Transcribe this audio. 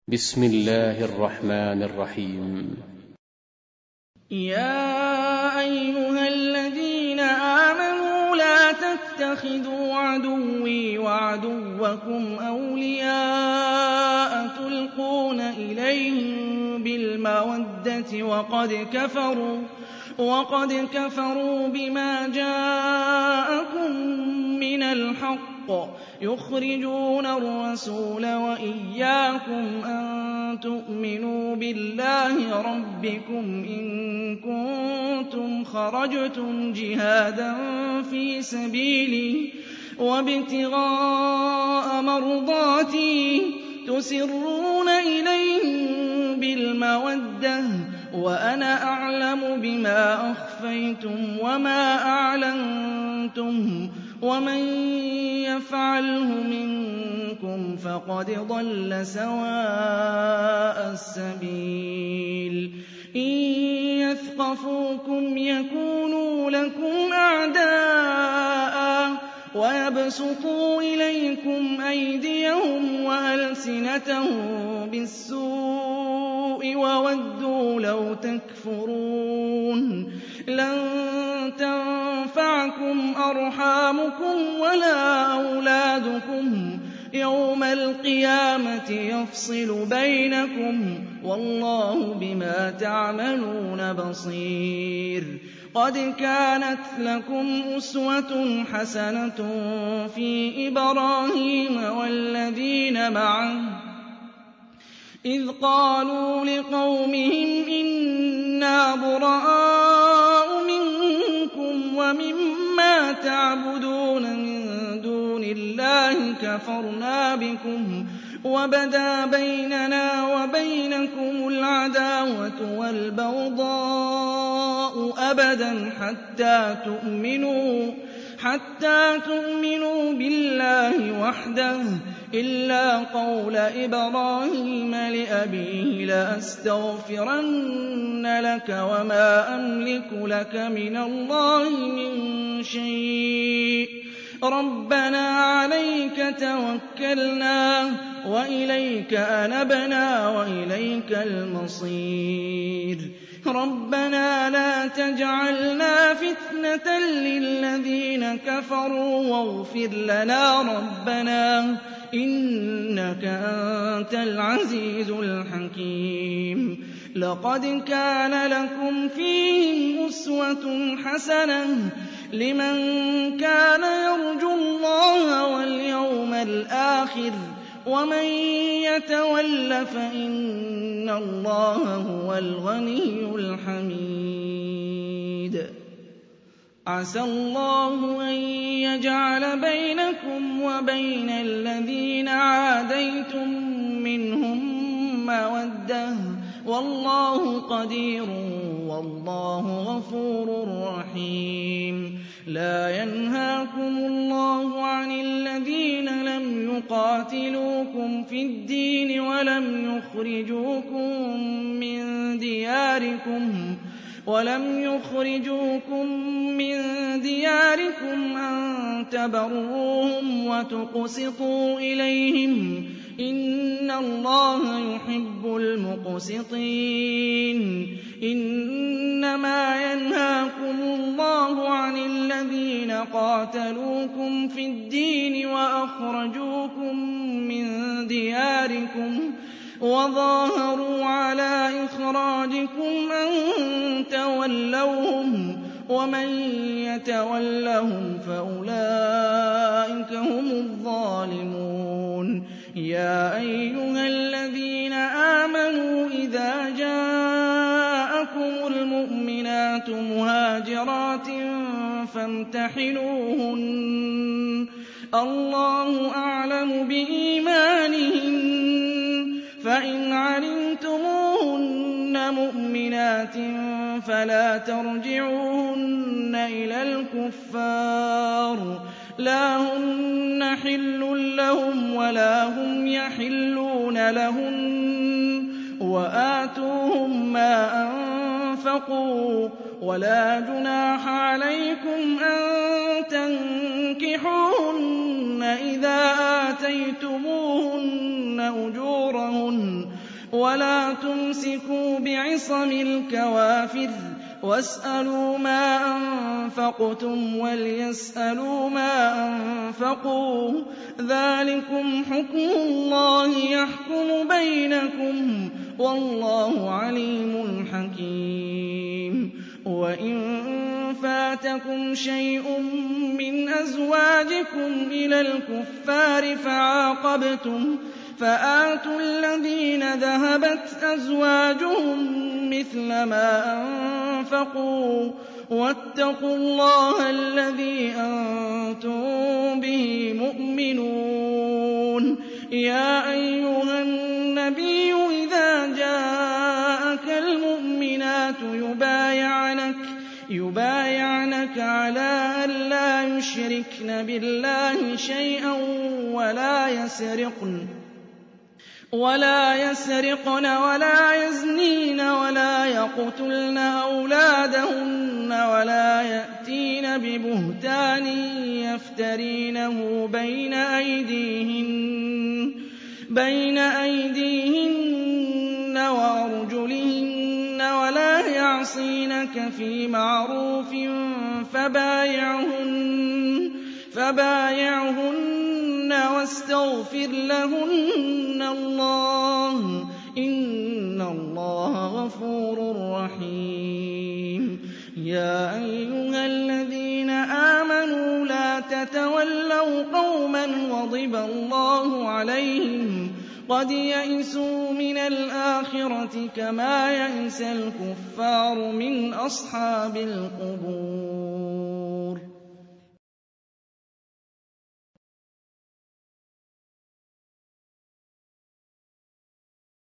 بسم الله الرحمن الرحيم. يا أيها الذين آمنوا لا تتخذوا عدوي وعدوكم أولياء تلقون إليهم بالمودة وقد كفروا بما جاءكم من الحق يخرجون الرسول وإياكم أن تؤمنوا بالله ربكم إن كنتم خرجتم جهادا في سبيلي وابتغاء مرضاتي تسرون إليهم بالمودة وأنا أعلم بما أخفيتم وما أعلنتم ومن يفعله منكم فقد ضل سواء السبيل إن يثقفوكم يكونوا لكم أعداء ويبسطوا إليكم أيديهم وألسنتهم بالسوء وودوا لو تكفرون لن تنفعكم أرحامكم ولا أولادكم يوم القيامة يفصل بينكم والله بما تعملون بصير قد كانت لكم أسوة حسنة في إبراهيم والذين معه إذ قالوا لقومهم إنا براء منكم ومما تعبدون من دون الله كفرنا بكم وبدا بيننا وبينكم العداوة والبغضاء أبدا حتى تؤمنوا بالله وحده إلا قول إبراهيم لأبيه لأستغفرن لك وما أملك لك من الله من شيء ربنا عليك توكلنا وإليك أنبنا وإليك المصير ربنا لا تجعلنا فتنة للذين كفروا واغفر لنا ربنا إنك أنت العزيز الحكيم لقد كان لكم فيهم أسوة حسنة لمن كان يرجو الله واليوم الآخر ومن يتول فإن الله هو الغني الحميد عسى الله أن يجعل بينكم وبين الذين عاديتم منهم مودة والله قدير والله غفور رحيم لا ينهاكم الله عن الذين لم يقاتلوكم في الدين ولم يخرجوكم من دياركم أن تبروهم وتقسطوا إليهم إن الله يحب المقسطين إنما ينهاكم الله عن الذين قاتلوكم في الدين وأخرجوكم من دياركم وظاهروا على إخراجكم أن تولوهم ومن يتولهم فأولئك هم الظالمون يا أيها الذين آمنوا إذا جاءكم المؤمنات مهاجرات فامتحنوهن الله أعلم بإيمانهن فإن علمتموهن مؤمنات فلا ترجعوهن إلى الكفار لا هن حل لهم ولا هم يحلون لهن وآتوهم ما أنفقوا ولا جناح عليكم أن تنكحوهن إذا آتيتموهن أجورهن ولا تمسكوا بعصم الكوافر واسألوا ما أنفقتم وليسألوا ما أنفقوا ذلكم حكم الله يحكم بينكم والله عليم حكيم وإن فاتكم شيء من أزواجكم إلى الكفار فعاقبتم فآتوا الذين ذهبت أزواجهم مثل ما أنفقوا واتقوا الله الذي أنتم به مؤمنون يا أيها النبي إذا جاءك المؤمنات يبايعنك على أن لا يشركن بالله شيئا ولا يسرقن ولا يزنين ولا يقتلن أولادهن ولا يأتين ببهتان يفترينه بين أيديهن وأرجلهن ولا يعصينك في معروف فبايعهن واستغفر لهن الله إن الله غفور رحيم يا أيها الذين آمنوا لا تتولوا قوما غضب الله عليهم قد يئسوا من الآخرة كما يئس الكفار من أصحاب القبور